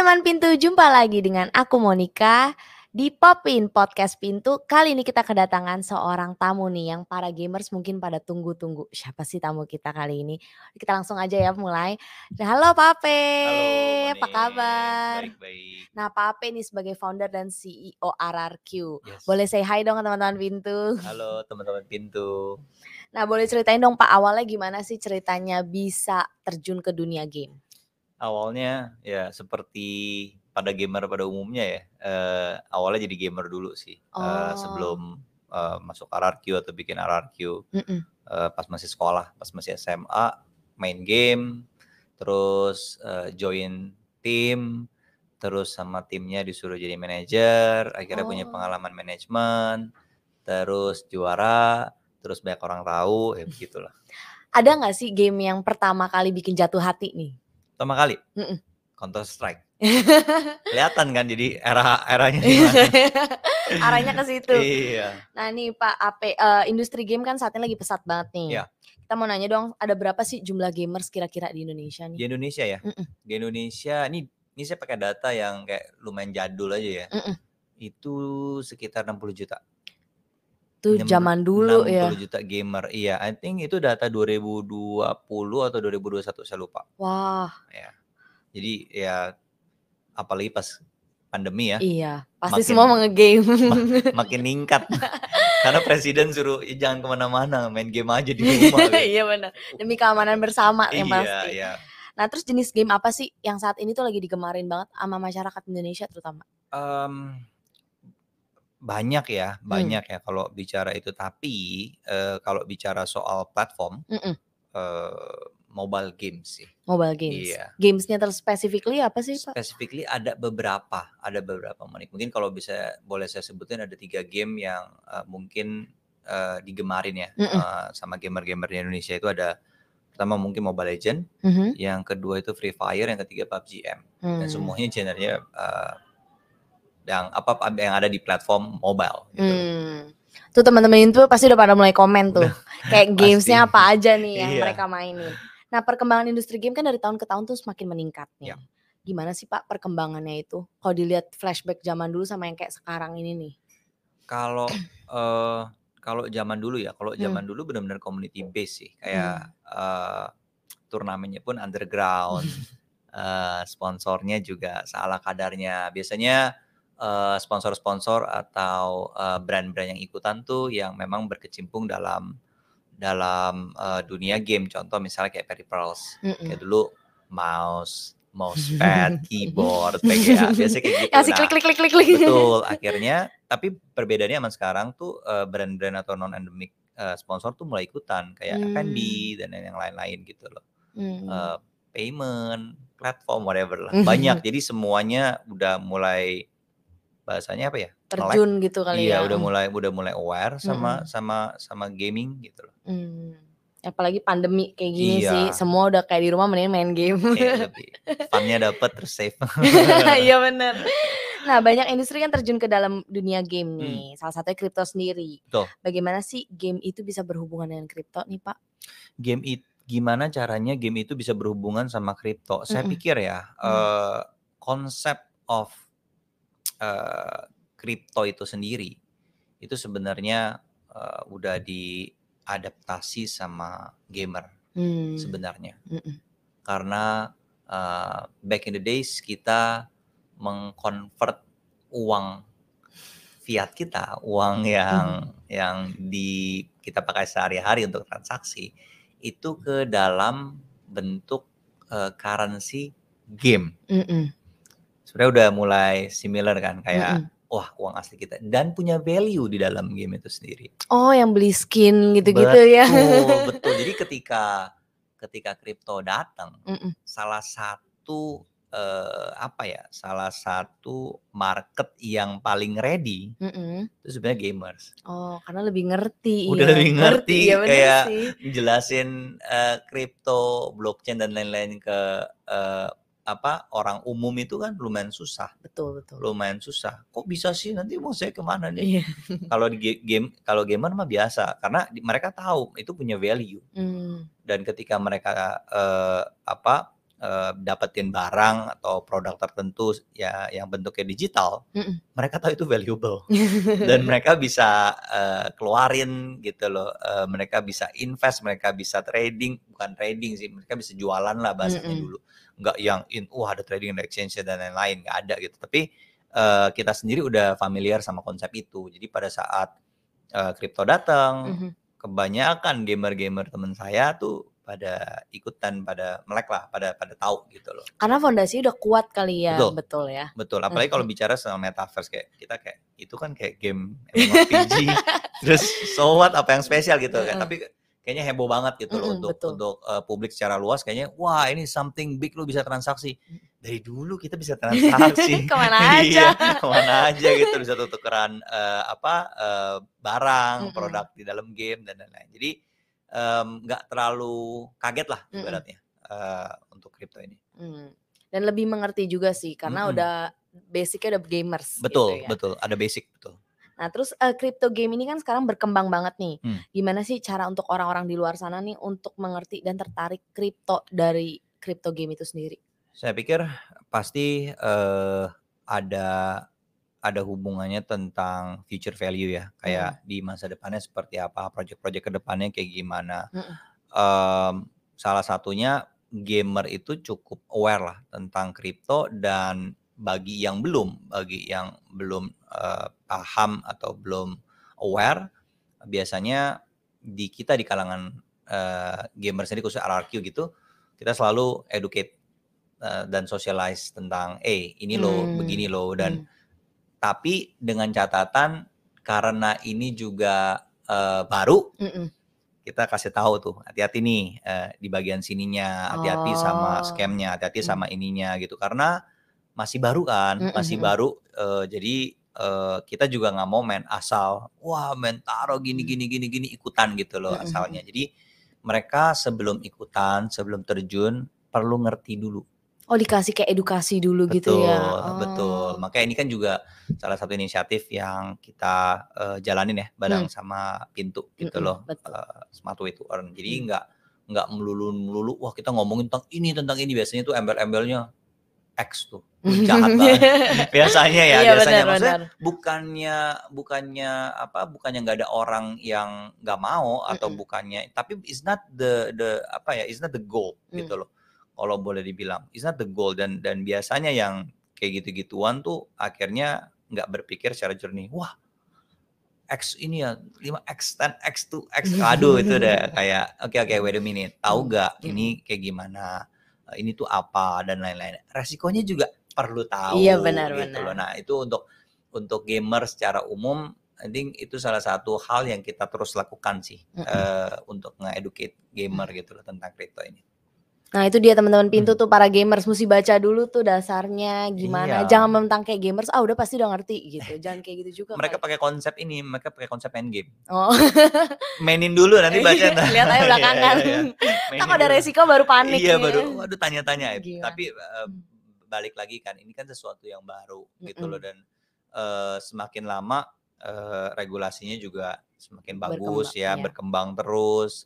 teman Pintu, jumpa lagi dengan aku Monica di Popin Podcast Pintu. Kali ini kita kedatangan seorang tamu nih yang para gamers mungkin pada tunggu-tunggu. Siapa sih tamu kita kali ini? Kita langsung aja ya mulai. Halo Pape, Halo apa Moni, kabar? baik-baik. Nah Pape nih sebagai founder dan CEO RRQ. Yes. Boleh say hi dong ke teman-teman Pintu. Halo teman-teman Pintu. Nah boleh ceritain dong Pak, awalnya gimana sih ceritanya bisa terjun ke dunia game? Awalnya ya seperti pada gamer pada umumnya ya, awalnya jadi gamer dulu sih, sebelum masuk RRQ atau bikin RRQ. Pas masih sekolah, pas masih SMA, main game, terus join tim, terus sama timnya disuruh jadi manajer, akhirnya punya pengalaman manajemen, terus juara, terus banyak orang tahu, ya begitulah. Ada nggak sih game yang pertama kali bikin jatuh hati nih? Pertama kali? Counter Strike. Kelihatan kan jadi eranya di mana? Arahnya ke situ. Iya. Nah nih Pak Ape, industri game kan saat ini lagi pesat banget nih. Iya. Kita mau nanya dong, ada berapa sih jumlah gamers kira-kira di Indonesia nih? Di Indonesia ya? Di Indonesia ini saya pakai data yang kayak lumayan jadul aja ya. Itu sekitar 60 juta. Itu zaman dulu 60 ya. juta gamer. Iya, I think itu data 2020 atau 2021 saya lupa. Wah. Ya. Jadi ya apalagi pas pandemi ya. Iya, pasti semua mau nge-game. Makin meningkat. Karena presiden suruh jangan kemana-mana, main game aja di rumah. Iya benar. Demi keamanan bersama yang pasti. Iya. Nah terus jenis game apa sih yang saat ini tuh lagi digemarin banget sama masyarakat Indonesia terutama? Banyak ya kalau bicara itu. Tapi kalau bicara soal platform, mobile games sih. Mobile games. Iya. Gamesnya terspecifically apa sih Pak? Specifically ada beberapa mungkin kalau boleh saya sebutin ada 3 game yang mungkin digemarin ya sama gamer-gamer di Indonesia. Itu ada pertama mungkin Mobile Legend, yang kedua itu Free Fire, yang ketiga PUBG M. Dan semuanya genrenya yang ada di platform mobile gitu. Tuh teman-teman itu pasti udah pada mulai komen tuh. Kayak gamesnya apa aja nih yang mereka mainin. Nah perkembangan industri game kan dari tahun ke tahun tuh semakin meningkat nih. Gimana sih Pak perkembangannya itu? Kalau dilihat flashback zaman dulu sama yang kayak sekarang ini nih. Kalau zaman dulu ya, zaman dulu benar-benar community base sih. Kayak turnamennya pun underground, sponsornya juga seala kadarnya. Biasanya sponsor-sponsor atau brand-brand yang ikutan tuh yang memang berkecimpung dalam dunia game. Contoh misalnya kayak peripherals, kayak dulu mousepad, keyboard, VGA, biasanya kayak gitu. Kasih klik. Betul. Akhirnya, tapi perbedaannya sama sekarang tuh brand-brand atau non-endemic sponsor tuh mulai ikutan kayak F&B dan yang lain-lain gitu loh. Payment, platform, whatever lah. Banyak. Jadi semuanya udah mulai bahasanya apa ya? Terjun gitu kali ya. Iya, udah mulai aware sama gaming gitu loh. Apalagi pandemi kayak gini sih, semua udah kayak di rumah mending main game. Lebih fun-nya dapet, terus safe. Iya benar. Nah banyak industri kan terjun ke dalam dunia game nih, salah satunya kripto sendiri. Betul. Bagaimana sih game itu bisa berhubungan dengan kripto nih Pak? Gimana caranya game itu bisa berhubungan sama kripto? Saya pikir ya, konsep of kripto itu sendiri itu sebenarnya udah diadaptasi sama gamer sebenarnya. Karena back in the days kita mengkonvert uang fiat kita, uang yang kita pakai sehari-hari untuk transaksi itu ke dalam bentuk currency game. Sebenarnya udah mulai similar kan, kayak wah uang asli kita dan punya value di dalam game itu sendiri. Oh, yang beli skin gitu-gitu ya. Betul. Jadi ketika kripto datang, salah satu market yang paling ready itu sebenarnya gamers. Oh, karena lebih ngerti. Udah lebih ngerti ya, kayak sih. Jelasin kripto, blockchain dan lain-lain ke orang umum itu kan lumayan susah. Betul. Lumayan susah. Kok bisa sih, nanti mau saya kemana nih? Kalau gamer mah biasa, karena mereka tahu itu punya value. Dan ketika mereka dapetin barang atau produk tertentu ya yang bentuknya digital, mereka tahu itu valuable dan mereka bisa keluarin gitu loh, mereka bisa invest, mereka bisa trading, bukan trading sih, mereka bisa jualan lah bahasanya dulu, nggak yang ada trading and exchange dan lain-lain, nggak ada gitu. Tapi kita sendiri udah familiar sama konsep itu, jadi pada saat kripto datang, kebanyakan gamer-gamer teman saya tuh pada ikutan, pada melek lah, pada tahu gitu loh. Karena fondasinya udah kuat kali ya, betul ya. Betul, apalagi kalau bicara soal metaverse, kayak kita kayak itu kan kayak game MMORPG, terus so what, apa yang spesial gitu kan, tapi kayaknya heboh banget gitu loh untuk publik secara luas, kayaknya wah ini something big, lu bisa transaksi. Dari dulu kita bisa transaksi kemana aja, kemana aja gitu, bisa tukeran barang, produk di dalam game dan lain-lain. Jadi nggak terlalu kaget lah ibaratnya untuk kripto ini. Dan lebih mengerti juga sih karena udah basicnya udah gamers. Betul, gitu ya. betul, ada basic, betul. Nah terus crypto game ini kan sekarang berkembang banget nih. Gimana sih cara untuk orang-orang di luar sana nih untuk mengerti dan tertarik kripto dari crypto game itu sendiri? Saya pikir pasti ada hubungannya tentang future value ya, kayak di masa depannya seperti apa, project-project ke depannya kayak gimana. Salah satunya gamer itu cukup aware lah tentang kripto, dan bagi yang belum paham atau belum aware, biasanya kita di kalangan gamer sendiri khususnya RRQ gitu, kita selalu educate dan socialize tentang ini loh, begini loh, dan tapi dengan catatan karena ini juga baru, kita kasih tahu tuh, hati-hati nih di bagian sininya, hati-hati sama scamnya, hati-hati sama ininya gitu, karena masih baru kan, masih baru, jadi kita juga nggak mau main asal, wah main taruh gini ikutan gitu loh asalnya. Jadi mereka sebelum ikutan, sebelum terjun perlu ngerti dulu. Oh dikasih kayak edukasi dulu gitu ya? Betul. Makanya ini kan juga salah satu inisiatif yang kita jalanin ya bareng sama Pintu gitu loh, Smart Way to Earn. Jadi nggak melulu wah kita ngomongin tentang ini, biasanya tuh embel-embelnya X tuh jahat banget biasanya ya. Iya, biasanya benar, maksudnya bukannya nggak ada orang yang nggak mau atau bukannya, tapi it's not it's not the goal gitu loh. Kalau boleh dibilang, it's not the goal, dan biasanya yang kayak gitu-gituan tuh akhirnya nggak berpikir secara jernih. Wah, X ini ya 5X, 10X, 2X. Aduh itu udah kayak oke, wait a minute. Tahu nggak ini kayak gimana? Ini tuh apa dan lain-lain. Resikonya juga perlu tahu gitu loh. Nah, itu untuk gamer secara umum, I think itu salah satu hal yang kita terus lakukan sih untuk nge-educate gamer gitu loh tentang kripto ini. Nah itu dia teman-teman Pintu tuh, para gamers mesti baca dulu tuh dasarnya gimana. Jangan mentang kayak gamers, udah pasti udah ngerti gitu. Jangan kayak gitu juga. Mereka pakai konsep ini, mereka pakai konsep main game. Oh. Mainin dulu nanti baca. Lihat aja belakangan. Kalau ada resiko baru panik. Iya baru, waduh tanya-tanya. Tapi balik lagi kan, ini kan sesuatu yang baru gitu loh, dan semakin lama regulasinya juga semakin bagus berkembang terus,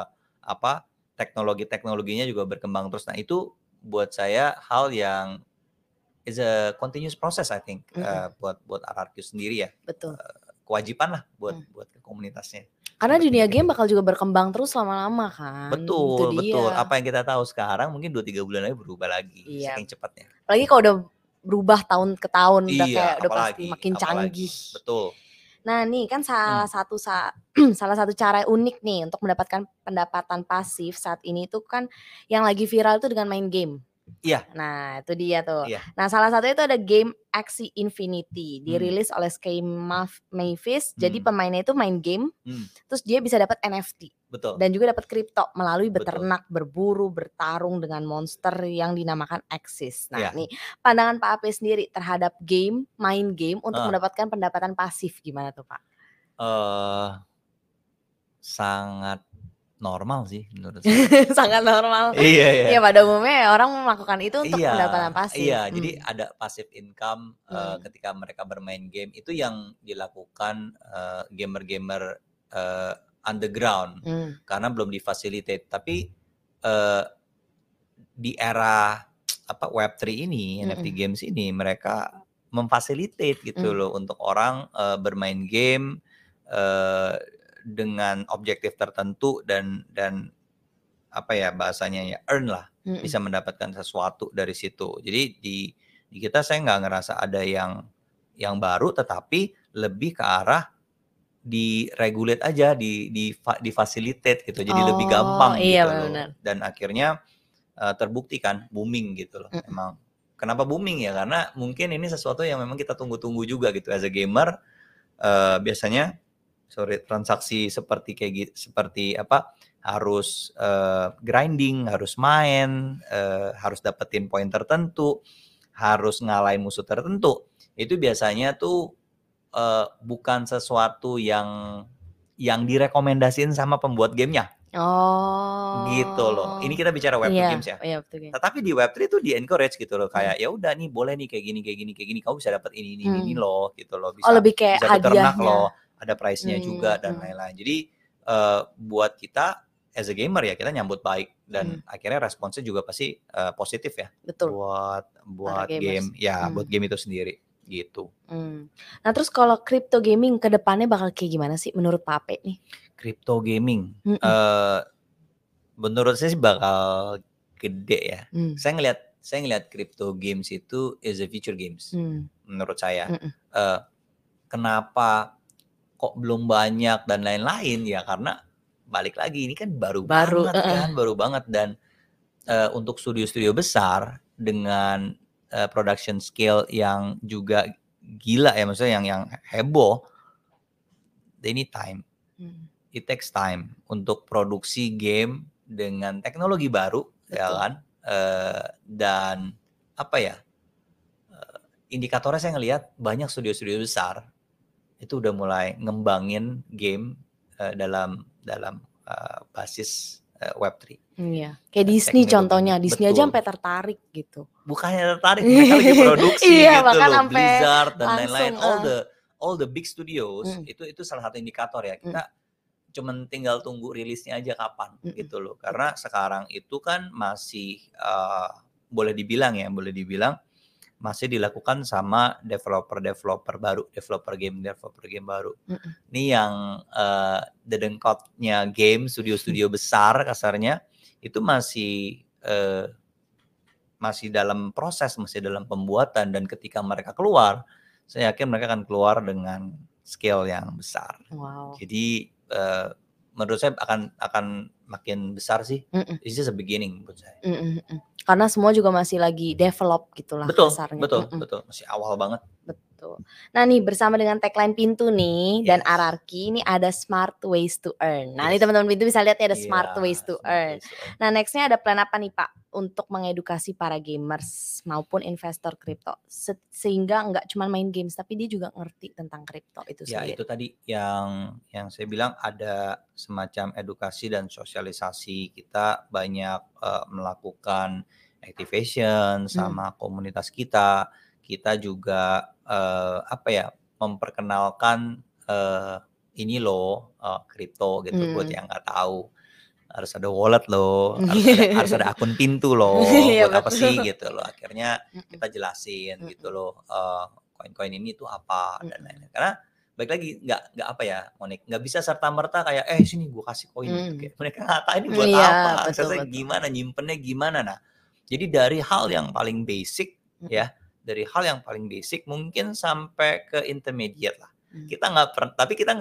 teknologinya juga berkembang terus. Nah itu buat saya hal yang is a continuous process, I think, buat RRQ sendiri ya. Betul. Kewajiban lah buat komunitasnya. Karena dunia game bakal juga berkembang terus lama-lama kan. Betul. Apa yang kita tahu sekarang mungkin 2-3 bulan lagi berubah lagi, saking cepatnya. Apalagi kalau udah berubah tahun ke tahun, udah pasti makin canggih. Betul. Nah nih kan salah satu cara unik nih untuk mendapatkan pendapatan pasif saat ini itu kan yang lagi viral itu dengan main game. Iya. Nah itu dia tuh. Iya. Nah salah satunya itu ada game Axie Infinity, dirilis oleh Sky Mavis. Jadi pemainnya itu main game, terus dia bisa dapat NFT. Betul. Dan juga dapat kripto melalui beternak, berburu, bertarung dengan monster yang dinamakan Axis. Nah nih pandangan Pak Ape sendiri terhadap main game untuk mendapatkan pendapatan pasif gimana tuh Pak? Sangat normal sih menurut saya. Sangat normal. Iya. Iya pada umumnya orang melakukan itu untuk pendapatan pasif. Iya, jadi ada passive income ketika mereka bermain game, itu yang dilakukan gamer-gamer underground karena belum difasilitate. Tapi di era Web3 ini, NFT games ini, mereka memfasilitate gitu loh untuk orang bermain game dengan objektif tertentu dan bahasanya ya earn lah, bisa mendapatkan sesuatu dari situ. Jadi di kita saya nggak ngerasa ada yang baru, tetapi lebih ke arah di-regulate aja, di-facilitate gitu. Jadi lebih gampang gitu loh. Dan akhirnya terbukti kan booming gitu loh. Emang kenapa booming ya? Karena mungkin ini sesuatu yang memang kita tunggu-tunggu juga gitu. As a gamer biasanya transaksi seperti harus grinding, harus main, harus dapetin poin tertentu, harus ngalahin musuh tertentu. Itu biasanya tuh bukan sesuatu yang direkomendasiin sama pembuat gamenya. Gitu loh. Ini kita bicara Web2 games ya. Tetapi di Web3 itu di-encourage gitu loh. Kayak ya udah nih, boleh nih kayak gini. Kamu bisa dapat ini loh gitu loh. Bisa lebih kayak bisa beternak loh. Ada price-nya juga dan lain-lain. Jadi buat kita as a gamer ya, kita nyambut baik dan akhirnya responsnya juga pasti positif ya. Betul. Buat game ya, buat game itu sendiri gitu. Nah terus kalau crypto gaming ke depannya bakal kayak gimana sih menurut Pak Ape nih? Crypto gaming menurut saya sih bakal gede ya. Saya ngelihat crypto games itu is a future games menurut saya. Kenapa kok belum banyak dan lain-lain ya, karena balik lagi ini kan baru banget dan untuk studio-studio besar dengan production scale yang juga gila ya, maksudnya yang heboh, they need time. It takes time untuk produksi game dengan teknologi baru. Betul. Ya kan, dan indikatornya saya ngelihat banyak studio-studio besar itu udah mulai ngembangin game dalam basis Web3. Iya. Kayak Disney contohnya, Disney aja sampai tertarik gitu. Bukannya tertarik, mereka lagi produksi gitu loh, Blizzard dan lain-lain, all the big studios itu salah satu indikator ya. Kita cuman tinggal tunggu rilisnya aja kapan gitu loh. Karena sekarang itu kan masih boleh dibilang masih dilakukan sama developer baru, developer game baru. Ini yang dedengkotnya game, studio besar kasarnya itu masih dalam proses, masih dalam pembuatan, dan ketika mereka keluar, saya yakin mereka akan keluar dengan scale yang besar. Wow. Jadi menurut saya akan makin besar sih. This is a beginning menurut saya. Karena semua juga masih lagi develop gitulah kasarnya. Betul. Masih awal banget. Betul. Nah nih, bersama dengan tagline Pintu nih dan Ararki, ini ada Smart Ways to Earn. Nah ini teman-teman Pintu bisa lihat ya, ada Smart Ways to Earn. Nah nextnya ada plan apa nih Pak untuk mengedukasi para gamers maupun investor kripto sehingga nggak cuma main games tapi dia juga ngerti tentang kripto itu sendiri. Ya itu tadi yang saya bilang, ada semacam edukasi dan sosialisasi. Kita banyak melakukan activation sama komunitas kita. Kita juga memperkenalkan ini loh kripto gitu buat yang nggak tahu. Harus ada wallet loh, harus ada akun Pintu loh, buat apa sih gitu loh. Akhirnya kita jelasin gitu loh, koin-koin ini tuh apa dan lain-lain. Karena balik lagi Monik, nggak bisa serta-merta kayak sini gue kasih koin gitu. Mereka nggak tahu ini buat apa, betul. Gimana nyimpennya gimana. Nah, jadi dari hal yang paling basic ya, dari hal yang paling basic mungkin sampai ke intermediate lah. Kita tapi kita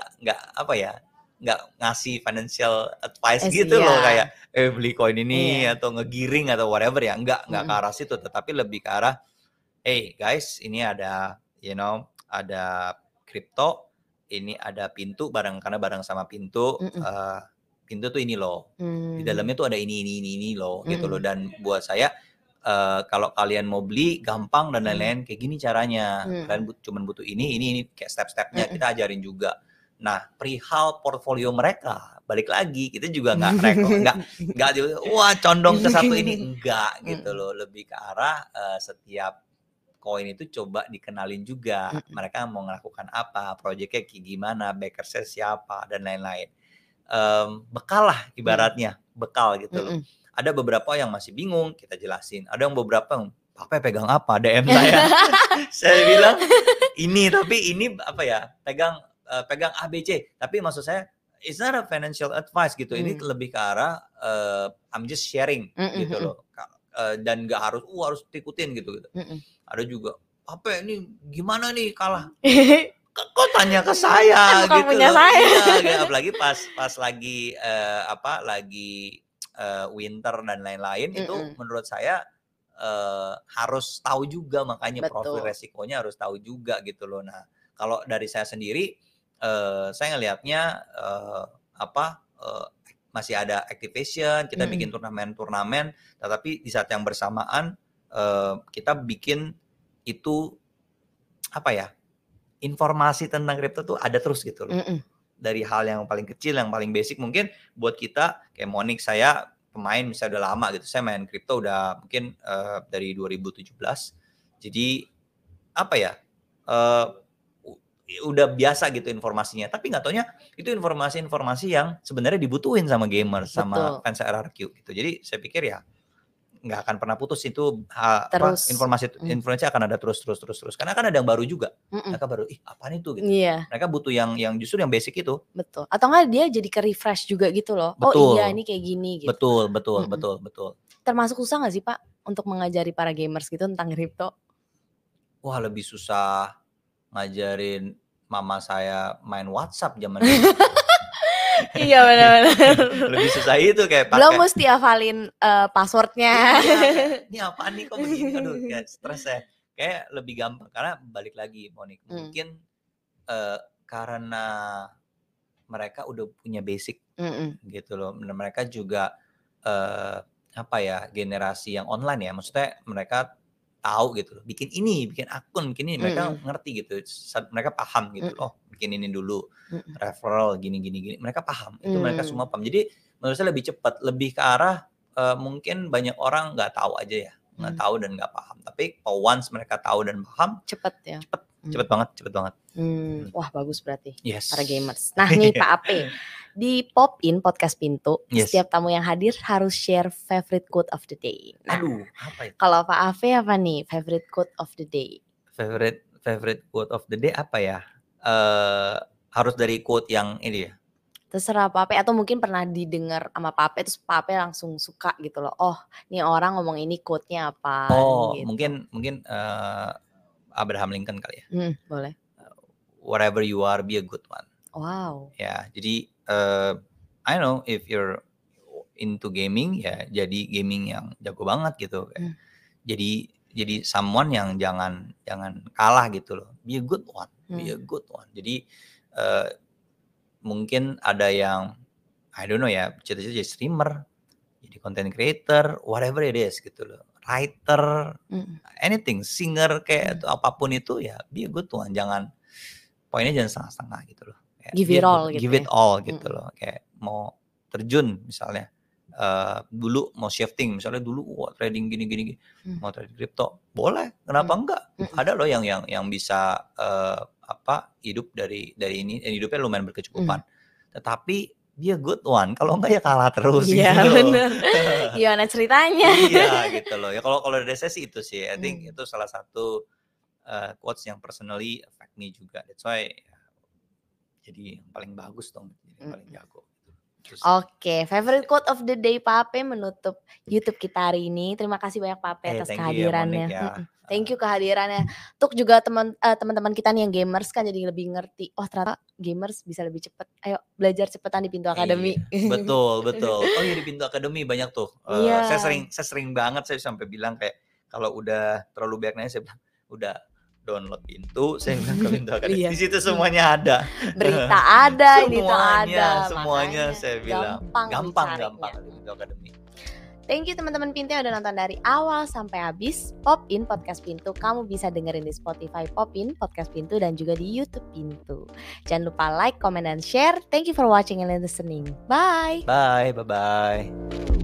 nggak ngasih financial advice gitu loh, kayak beli koin ini atau ngegiring atau whatever ya, nggak ke arah situ, tetapi lebih ke arah hey guys, ini ada ada kripto, ini ada Pintu, karena bareng sama Pintu, Pintu tuh ini loh, di dalamnya tuh ada ini loh gitu loh. Dan buat saya kalau kalian mau beli gampang dan lain-lain, kayak gini caranya, kalian cuma butuh ini kayak step-stepnya kita ajarin juga. Nah, perihal portfolio mereka, balik lagi kita juga nggak wah condong ke satu ini, enggak gitu loh. Lebih ke arah setiap koin itu coba dikenalin juga, mereka mau melakukan apa, proyeknya kayak gimana, backersnya siapa dan lain-lain. Bekal lah ibaratnya, bekal gitu loh. ada beberapa yang masih bingung, kita jelasin. Ada yang beberapa yang, "Papa pegang apa?" DM saya. Saya bilang, "Ini, tapi ini apa ya, pegang ABC." Tapi maksud saya, it's not a financial advice gitu. Ini lebih ke arah, I'm just sharing gitu loh. Dan nggak harus ikutin gitu. Ada juga, "Papa ini gimana nih kalah?" Kok tanya ke saya gitu punya loh. saya. Iya, apalagi pas lagi winter dan lain-lain, itu menurut saya harus tahu juga, makanya profil resikonya harus tahu juga gitu loh. Nah, kalau dari saya sendiri, saya ngelihatnya masih ada activation, kita bikin turnamen, tetapi di saat yang bersamaan kita bikin itu apa ya, informasi tentang kripto tuh ada terus gitu loh. Dari hal yang paling kecil, yang paling basic mungkin buat kita, kayak Monik, saya pemain misalnya udah lama gitu. Saya main kripto udah mungkin dari 2017. Jadi apa ya? Udah biasa gitu informasinya. Tapi nggak taunya itu informasi-informasi yang sebenarnya dibutuhin sama gamer, sama fans RRQ gitu. Jadi saya pikir ya nggak akan pernah putus itu informasi akan ada terus karena kan ada yang baru juga. Mereka baru apaan itu gitu. Mereka butuh yang justru yang basic itu. Betul. Atau enggak dia jadi ke refresh juga gitu loh. Betul. Oh iya ini kayak gini gitu. Betul. Termasuk susah nggak sih Pak untuk mengajari para gamers gitu tentang kripto? Wah, lebih susah ngajarin mama saya main WhatsApp zaman dulu. Iya benar-benar. Lebih susah itu kayak pakai. Belum mesti hafalin passwordnya. Ini apaan nih kok begini? Aduh, kayak stres ya. Kayak lebih gampang karena balik lagi Monik. Mungkin karena mereka udah punya basic gitu loh. Mereka juga generasi yang online ya. Maksudnya mereka tahu gitu loh. Bikin akun, bikin ini. Mereka ngerti gitu. Mereka paham gitu. Oh, bikin ini dulu. Referral gini. Mereka paham. Itu mereka semua paham. Jadi menurut saya lebih cepat. Lebih ke arah mungkin banyak orang nggak tahu aja ya. Nggak tahu dan nggak paham. Tapi once mereka tahu dan paham. Cepet ya. Cepet banget. Wah bagus berarti. Yes. Para gamers. Nah nih Pak Ape. Di Popin Podcast Pintu, setiap tamu yang hadir harus share favorite quote of the day. Nah, apa itu? Kalau Pak Ave apa nih favorite quote of the day? Favorite quote of the day apa ya? Harus dari quote yang ini ya? Terserah Pak Ape, atau mungkin pernah didengar sama Pak Ape terus Pak Ape langsung suka gitu loh. Oh, nih orang ngomong ini quote-nya apa? Oh, gitu. mungkin Abraham Lincoln kali ya. Boleh. Whatever you are, be a good one. Wow. Ya, jadi I know if you're into gaming ya jadi gaming yang jago banget gitu. Jadi someone yang jangan kalah gitu loh. Be a good one. Jadi mungkin ada yang I don't know ya, cita-cita jadi streamer, jadi content creator, whatever it is gitu loh. Writer, anything, singer kayak atau apapun itu ya be a good one. Poinnya jangan setengah-setengah gitu loh. Give it all gitu. Give it all gitu loh. Kayak mau terjun misalnya. Dulu mau shifting misalnya dulu trading gini mau trading kripto boleh, kenapa enggak? Ada loh yang bisa hidup dari ini, hidupnya lumayan berkecukupan. Tetapi dia good one, kalau enggak ya kalah terus. Iya gitu benar. Gimana ceritanya? Iya gitu loh. Ya kalau dari saya sih itu sih, I think itu salah satu quotes yang personally affect me juga. That's why jadi yang paling bagus dong, jadi paling jago. Oke, favorite quote of the day Pak Ape menutup YouTube kita hari ini. Terima kasih banyak Pak Ape atas kehadirannya. Thank you kehadirannya. Untuk juga teman-teman kita nih yang gamers kan jadi lebih ngerti. Oh ternyata gamers bisa lebih cepat. Ayo belajar cepetan di Pintu Academy. Betul. Oh iya di Pintu Academy banyak tuh. Saya sering banget saya sampai bilang kayak kalau udah terlalu banyak nanya saya bilang udah download Pintu, saya bilang ke Pintu Academy. Di situ semuanya ada. Berita ada, ini ada. Semuanya saya bilang gampang di Pintu Academy. Thank you teman-teman Pintu yang udah nonton dari awal sampai habis. Popin Podcast Pintu kamu bisa dengerin di Spotify Popin Podcast Pintu dan juga di YouTube Pintu. Jangan lupa like, comment, dan share. Thank you for watching and listening. Bye. Bye.